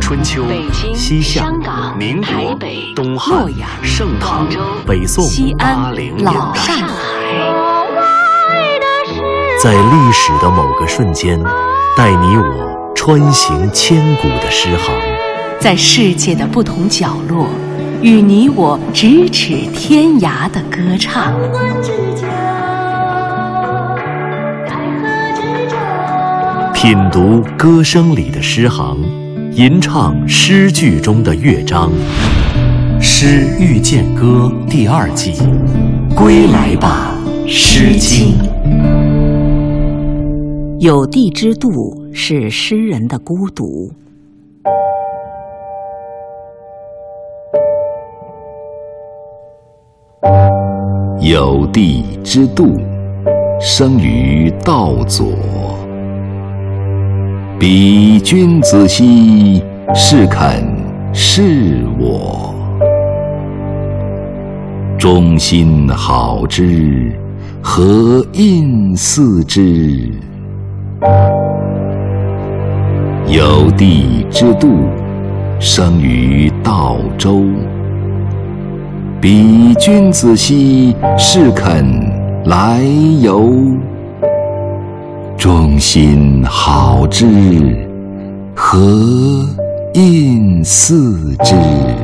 春秋、西夏、民国、东汉、盛唐、北宋、 西安、老上海。 在历史的某个瞬间，带你我穿行千古的诗行； 在世界的不同角落，与你我咫尺天涯的歌唱。 品读歌声里的诗行，吟唱诗句中的乐章。诗遇见歌第2季，归来吧，诗经。 有地之度是诗人的孤独。 有地之度，生于道左。彼君子兮，是肯是我。忠心好之，何应似之？有地之度，生于道周。彼君子兮，是肯来游。忠心好之，何应似之？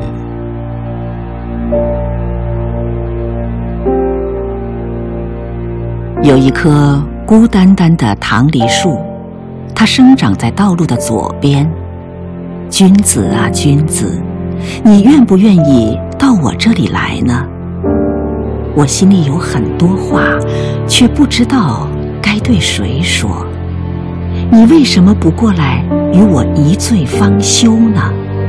有一棵孤单单的棠梨树，它生长在道路的左边。君子啊君子，你愿不愿意到我这里来呢？我心里有很多话，却不知道该对谁说。你为什么不过来与我一醉方休呢？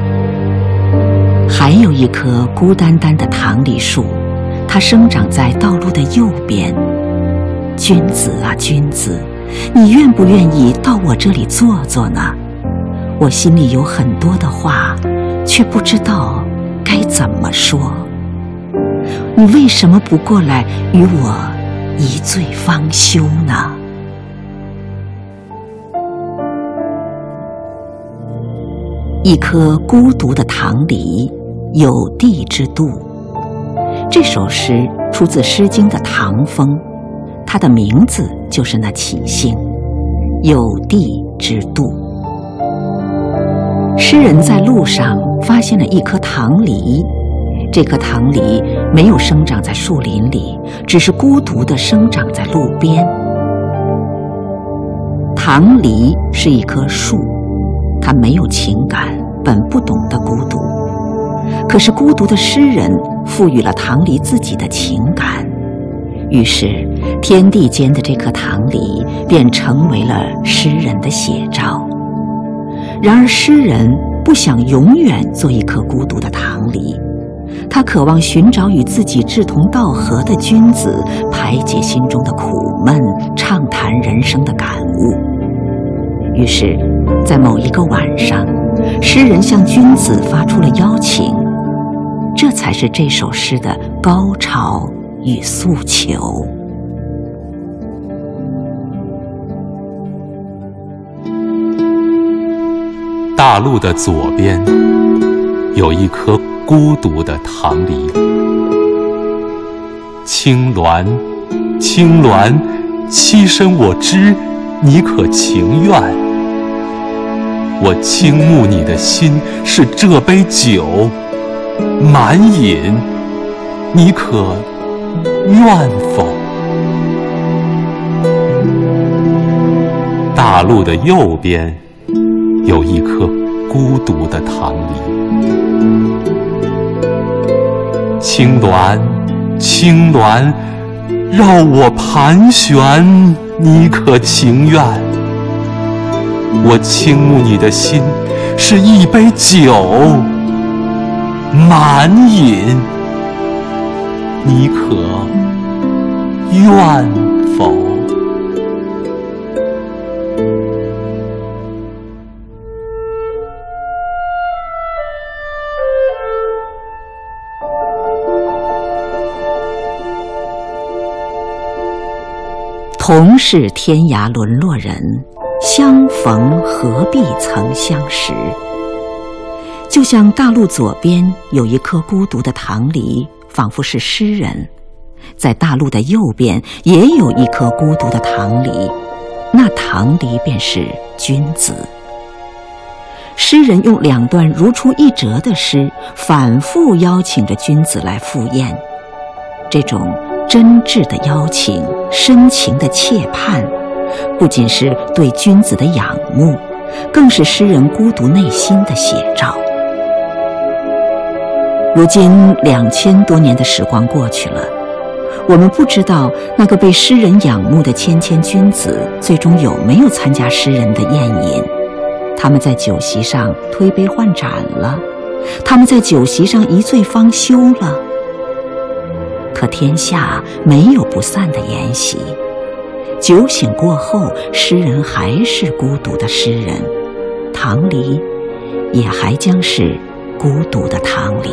还有一棵孤单单的棠梨树，它生长在道路的右边。君子啊君子，你愿不愿意到我这里坐坐呢？我心里有很多的话，却不知道该怎么说。你为什么不过来与我一醉方休呢？一颗孤独的棠梨，有地之度。这首诗出自《诗经》的唐风，它的名字就是那起兴，有地之度。诗人在路上发现了一棵棠梨，这棵棠梨没有生长在树林里，只是孤独地生长在路边。棠梨是一棵树，它没有情感，本不懂得孤独。可是孤独的诗人赋予了棠梨自己的情感，于是天地间的这棵棠梨便成为了诗人的写照。然而诗人不想永远做一棵孤独的棠梨，他渴望寻找与自己志同道合的君子，排解心中的苦闷，畅谈人生的感悟。于是在某一个晚上，诗人向君子发出了邀请，这才是这首诗的高潮与诉求。 大路的左边有一棵孤独的棠梨，青鸾，青鸾，栖身我枝，你可情愿？我倾慕你的心是这杯酒，满饮，你可愿否？大路的右边有一棵孤独的棠梨，青鸾，青鸾，绕我盘旋，你可情愿？我倾慕你的心是一杯酒，满饮，你可愿否？ 同是天涯沦落人，相逢何必曾相识。 就像大路左边有一棵孤独的棠梨，仿佛是诗人，在大路的右边也有一棵孤独的棠梨，那棠梨便是君子。诗人用2段如出一辙的诗，反复邀请着君子来赴宴。这种真挚的邀请，深情的切盼，不仅是对君子的仰慕，更是诗人孤独内心的写照。如今2000多年的时光过去了，我们不知道那个被诗人仰慕的谦谦君子，最终有没有参加诗人的宴饮。他们在酒席上推杯换盏了，他们在酒席上一醉方休了。可天下没有不散的筵席，酒醒过后，诗人还是孤独的诗人，棠梨也还将是孤独的棠梨。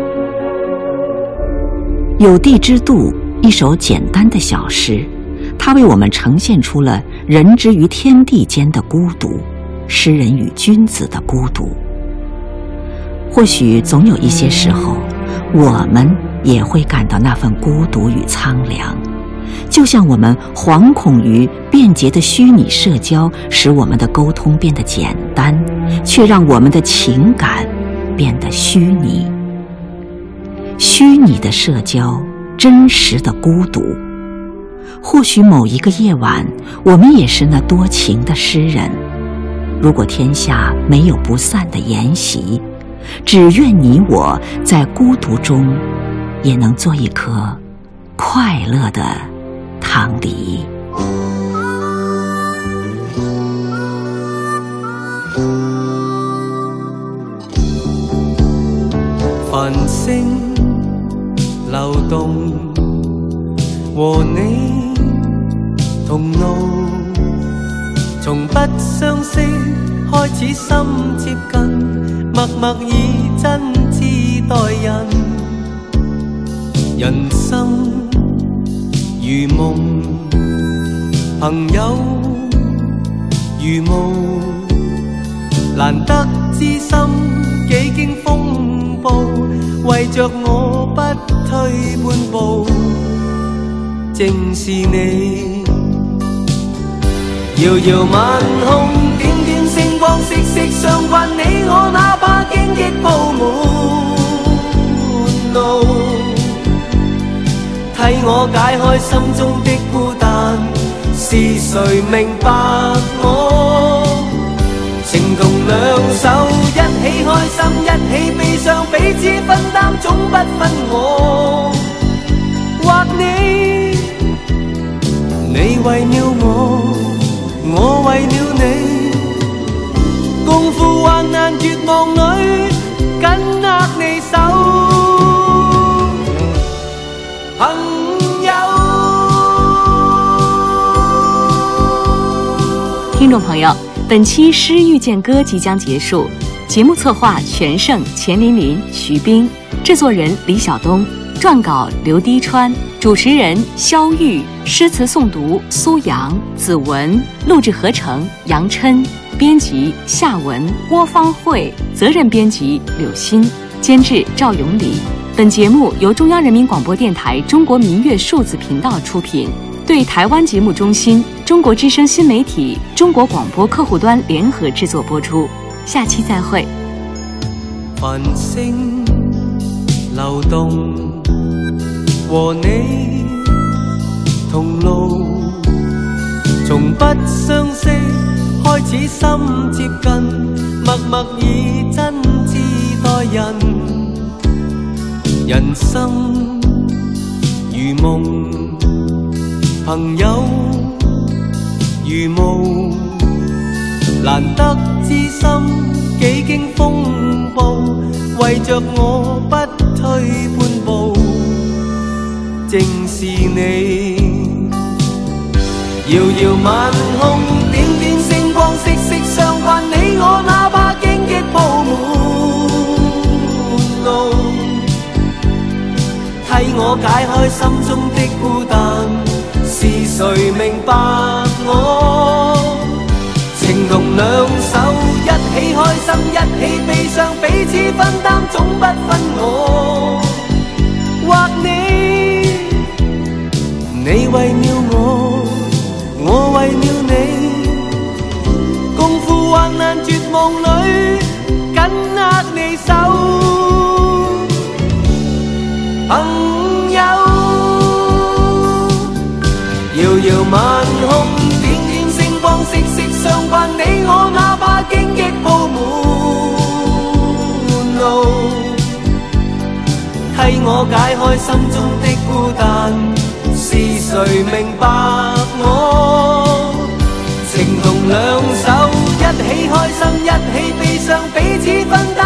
有地之度，一首简单的小诗，它为我们呈现出了人之于天地间的孤独，诗人与君子的孤独。或许总有一些时候，我们也会感到那份孤独与苍凉，就像我们惶恐于便捷的虚拟社交使我们的沟通变得简单，却让我们的情感变得虚拟。虚拟的社交，真实的孤独。或许某一个夜晚，我们也是那多情的诗人。如果天下没有不散的筵席，只愿你我在孤独中也能做一颗快乐的棠梨。 繁星流動，和你同路，從不相識開始心接近，默默以真摯待人。人生如夢，朋友如霧，難得知心幾經風暴，為着我不退半步，正是你。遙遙晚空，點點星光，息息相關，你我哪怕荊棘鋪滿路，替我解開心中的孤單，是誰明白我？情同兩手，一起開心，一起悲傷，彼此分擔，總不分我或你。你為了我，我為了你，共赴患難絕望裏，緊握你手，朋友。 听众朋友，本期《诗遇见歌》即将结束，节目策划全胜、钱琳琳、徐冰，制作人李晓东，撰稿刘滴川，主持人肖玉，诗词诵读苏阳、子文，录制合成杨琛，编辑夏文、郭芳慧，责任编辑柳鑫，监制赵永礼。本节目由中央人民广播电台中国民乐数字频道出品，对台湾节目中心、中国之声新媒体、中国广播客户端联合制作播出。下期再会。 繁星流動，和你同路，從不相識開始心接近，默默以真摯待人。人生如夢，朋友如霧，難得知心幾經風暴，為着我不退半步，正是你。遙遙晚空，點點星光，息息相關，你我哪怕荊棘鋪滿路，替我解開心中的孤單，是誰明白我？情同兩手，一起開心，一起悲傷，彼此握你手，朋友。遙遙晚空，點點星光，息息相關。你我哪怕荊棘鋪滿路，替我解開心中的孤單。是誰明白我？情同兩手，一起開心，一起悲傷，彼此分擔。